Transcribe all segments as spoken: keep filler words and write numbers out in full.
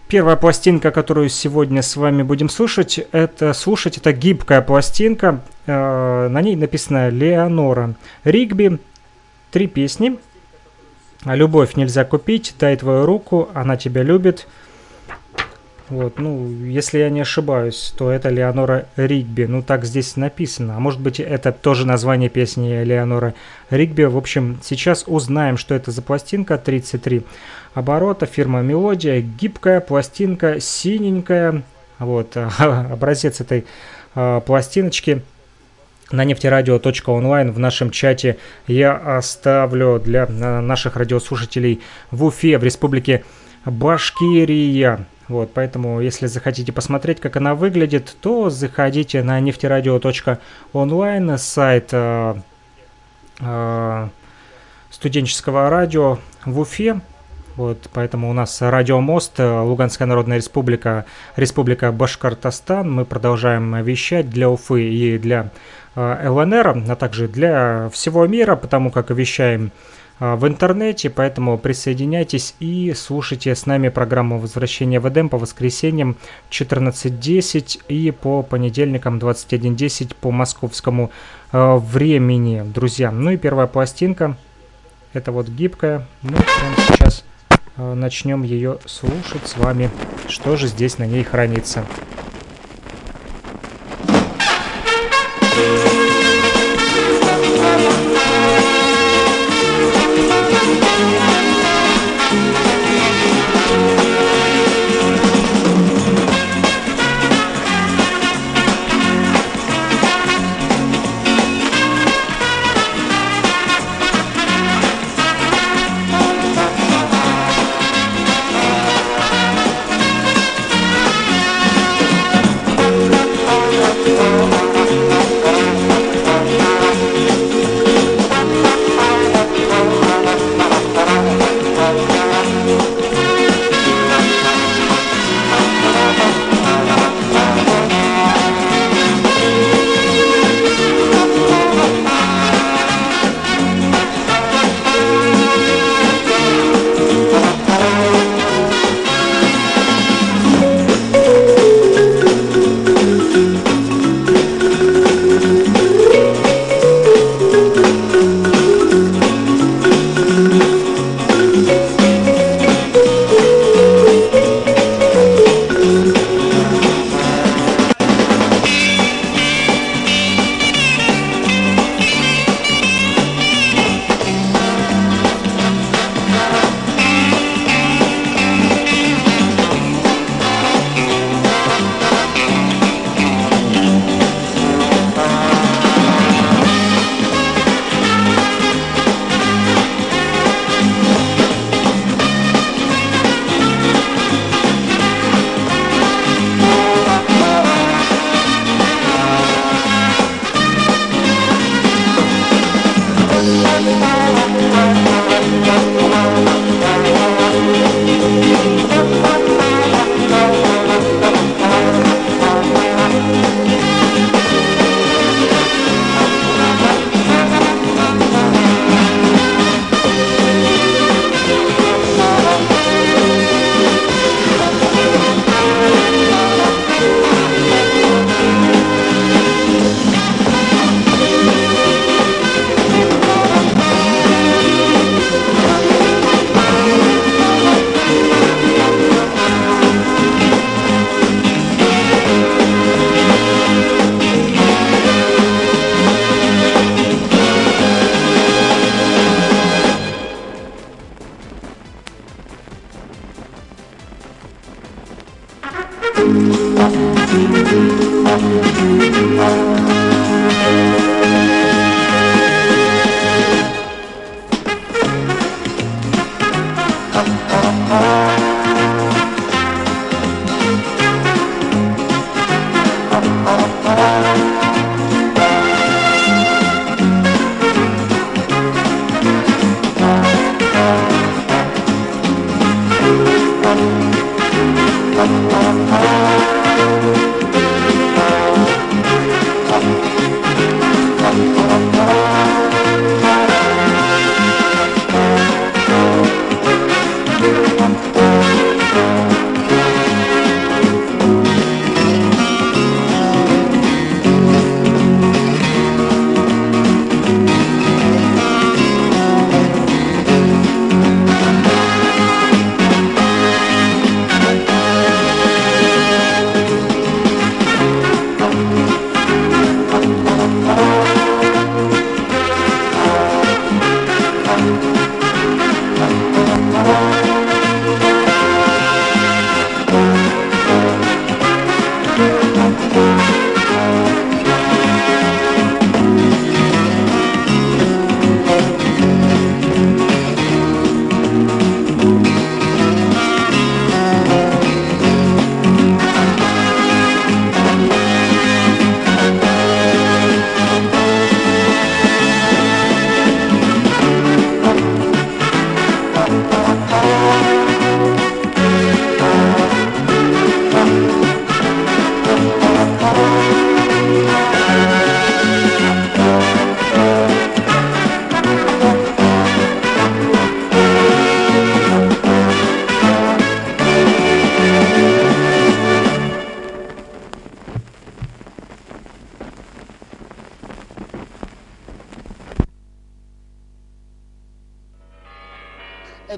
Первая пластинка, которую сегодня с вами будем слушать, это слушать, это гибкая пластинка. Э, на ней написано «Леонора Ригби». Три песни. «Любовь нельзя купить», «Дай твою руку», «Она тебя любит». Вот, ну, если я не ошибаюсь, то это Леонора Ригби. Ну, так здесь написано. А может быть, это тоже название песни Леонора Ригби. В общем, сейчас узнаем, что это за пластинка. тридцать три оборота, фирма «Мелодия». Гибкая пластинка, синенькая. Вот, образец этой а, пластиночки на нефтерадио точка онлайн в нашем чате я оставлю для наших радиослушателей в Уфе, в республике Башкирия. Вот, поэтому, если захотите посмотреть, как она выглядит, то заходите на нефтерадио точка онлайн, сайт э, э, студенческого радио в Уфе. Вот, поэтому у нас радиомост, Луганская Народная Республика, Республика Башкортостан. Мы продолжаем вещать для Уфы и для э, ЛНР, а также для всего мира, потому как вещаем в интернете, поэтому присоединяйтесь и слушайте с нами программу «Возвращение в Эдем» по воскресеньям четырнадцать десять и по понедельникам двадцать один десять по московскому э, времени, друзья. Ну и первая пластинка, это вот гибкая, мы прямо сейчас э, начнем ее слушать с вами, что же здесь на ней хранится.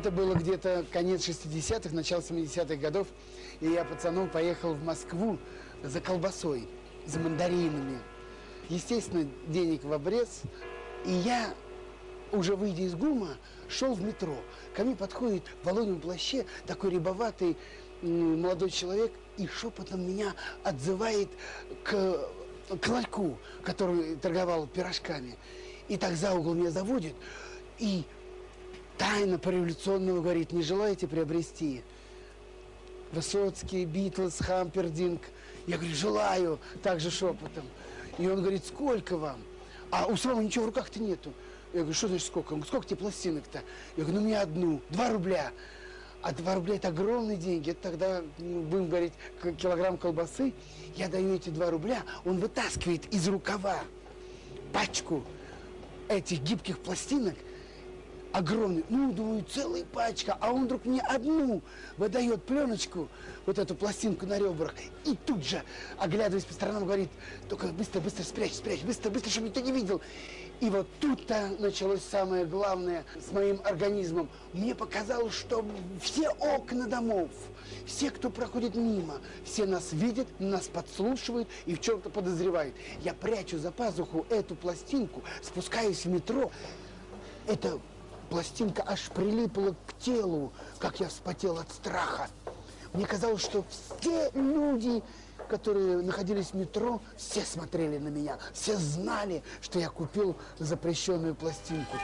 Это было где-то конец шестидесятых, начало семидесятых годов. И я пацаном поехал в Москву за колбасой, за мандаринами. Естественно, денег в обрез. И я, уже выйдя из ГУМа, шел в метро. Ко мне подходит в воловьем плаще такой рябоватый молодой человек и шепотом меня отзывает к, к ларьку, который торговал пирожками. И так за угол меня заводит и тайно по-революционному говорит: не желаете приобрести Высоцкий, Битлз, Хампердинг? Я говорю: желаю, также шепотом. И он говорит: сколько вам? А у самого ничего в руках-то нету. Я говорю: что значит сколько? Он говорит: сколько тебе пластинок-то? Я говорю: ну мне одну, два рубля. А два рубля это огромные деньги. Это тогда, ну, будем говорить, килограмм колбасы. Я даю эти два рубля, он вытаскивает из рукава пачку этих гибких пластинок, огромный, ну, думаю, целая пачка, а он вдруг мне одну выдает пленочку, вот эту пластинку на ребрах, и тут же, оглядываясь по сторонам, говорит: только быстро, быстро спрячь, спрячь, быстро, быстро, чтобы никто не видел. И вот тут-то началось самое главное с моим организмом. Мне показалось, что все окна домов, все, кто проходит мимо, все нас видят, нас подслушивают и в чем-то подозревают. Я прячу за пазуху эту пластинку, спускаюсь в метро. Эта пластинка аж прилипла к телу, как я вспотел от страха. Мне казалось, что все люди, которые находились в метро, все смотрели на меня, все знали, что я купил запрещенную пластинку.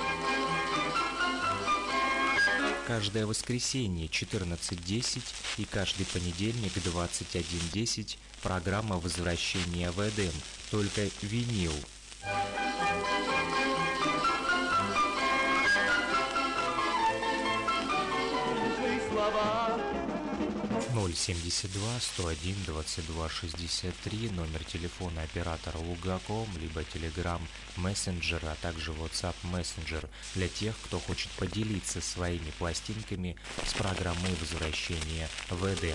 Каждое воскресенье четырнадцать десять и каждый понедельник двадцать один десять программа «Возвращение в Эдем», только винил. ноль семьдесят два сто один двадцать два шестьдесят три, номер телефона оператора Лугаком, либо Telegram Messenger, а также WhatsApp Messenger для тех, кто хочет поделиться своими пластинками с программой возвращения в Эдем.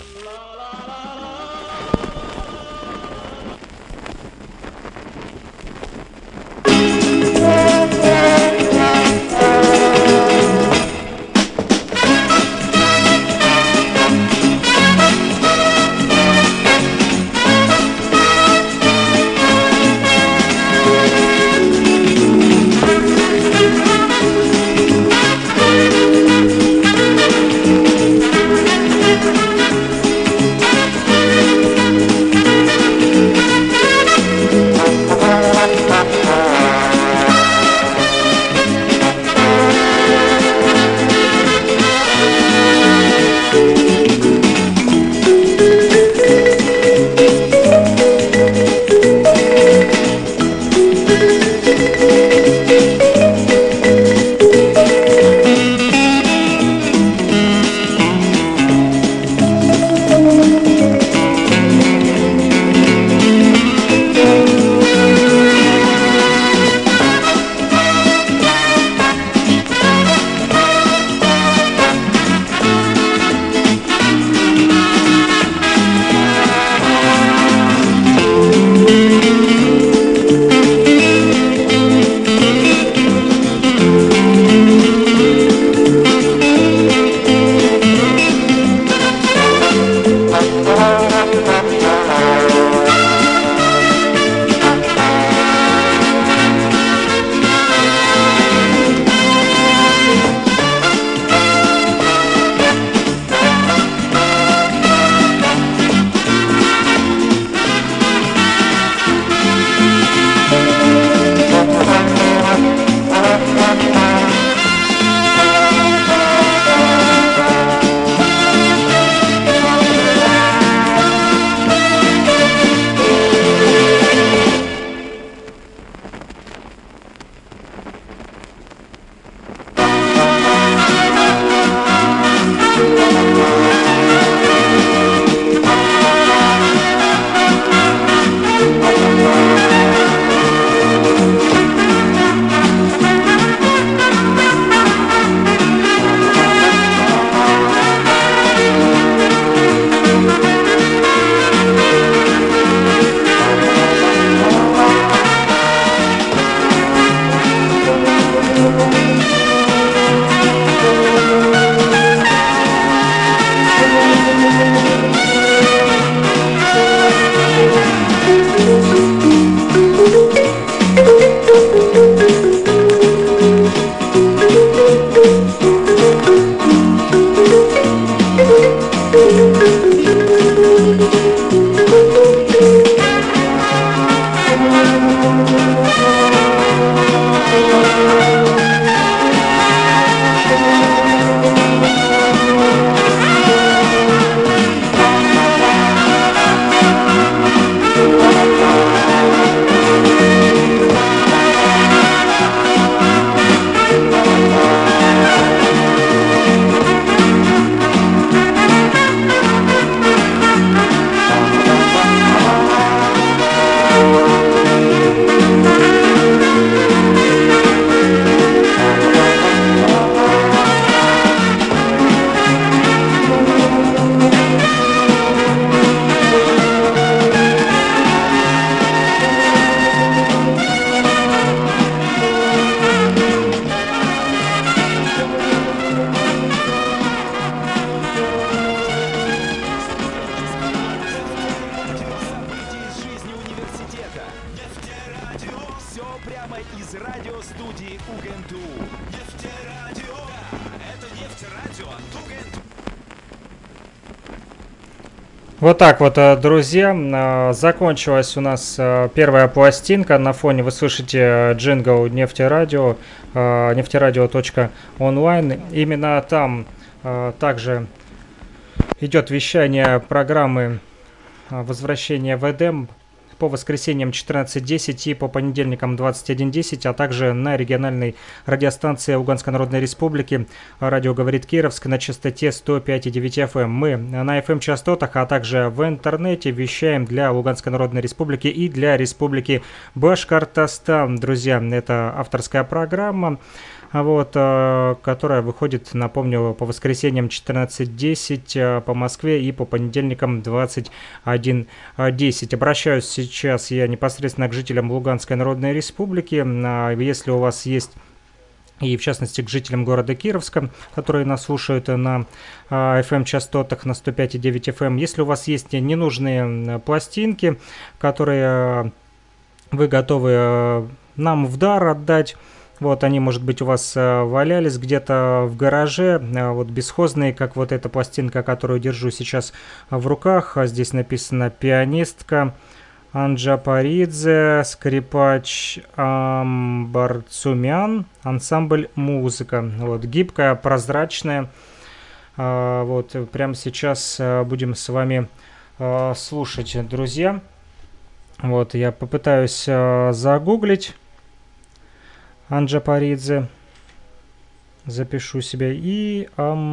Вот так вот, друзья, закончилась у нас первая пластинка. На фоне вы слышите джингл Нефтерадио, нефтерадио точка онлайн. Именно там также идет вещание программы «Возвращение в Эдем» по воскресеньям четырнадцать десять и по понедельникам двадцать один десять, а также на региональной радиостанции Луганской Народной Республики «Радио говорит Кировск» на частоте сто пять и девять эф эм. Мы на эф эм-частотах, а также в интернете вещаем для Луганской Народной Республики и для Республики Башкортостан. Друзья, это авторская программа, вот, которая выходит, напомню, по воскресеньям четырнадцать десять по Москве и по понедельникам двадцать один десять. Обращаюсь сейчас я непосредственно к жителям Луганской Народной Республики. Если у вас есть, и в частности к жителям города Кировска, которые нас слушают на эф эм-частотах на сто пять и девять эф эм, если у вас есть ненужные пластинки, которые вы готовы нам в дар отдать, вот они, может быть, у вас валялись где-то в гараже, вот бесхозные, как вот эта пластинка, которую держу сейчас в руках. Здесь написано «Пианистка Анджапаридзе, скрипач Амбарцумян, ансамбль музыка». Вот, гибкая, прозрачная. Вот, прямо сейчас будем с вами слушать, друзья. Вот, я попытаюсь загуглить Анджапаридзе, запишу себе, и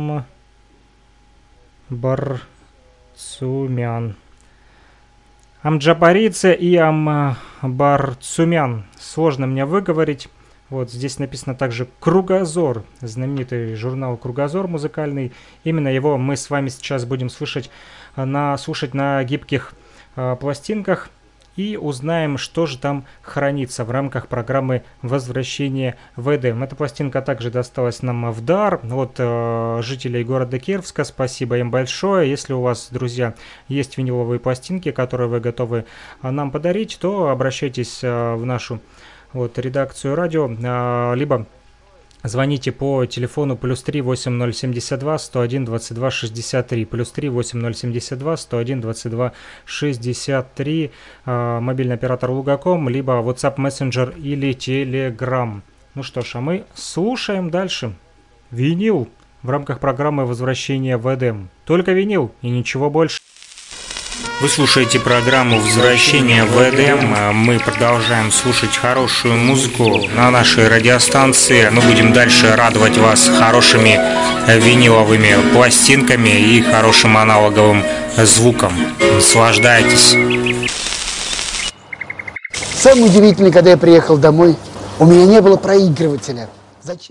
Амбарцумян. Амджапаридзе и Амбарцумян. Сложно мне выговорить. Вот здесь написано также «Кругозор», знаменитый журнал «Кругозор» музыкальный. Именно его мы с вами сейчас будем слышать на, слушать на гибких э, пластинках. И узнаем, что же там хранится в рамках программы «Возвращение в Эдем». Эта пластинка также досталась нам в дар от э, жителей города Кировска. Спасибо им большое. Если у вас, друзья, есть виниловые пластинки, которые вы готовы э, нам подарить, то обращайтесь э, в нашу вот, редакцию радио, э, либо звоните по телефону плюс три восемь ноль семь два сто один двадцать два шестьдесят три, плюс три восемь ноль семь два сто один двадцать два шестьдесят три, э, мобильный оператор Лугаком, либо WhatsApp Messenger или Telegram. Ну что ж, а мы слушаем дальше. Винил в рамках программы «Возвращение в Эдем». Только винил и ничего больше. Вы слушаете программу «Возвращение в Эдем». Мы продолжаем слушать хорошую музыку на нашей радиостанции. Мы будем дальше радовать вас хорошими виниловыми пластинками и хорошим аналоговым звуком. Наслаждайтесь. Самое удивительное, когда я приехал домой, у меня не было проигрывателя. Зачем?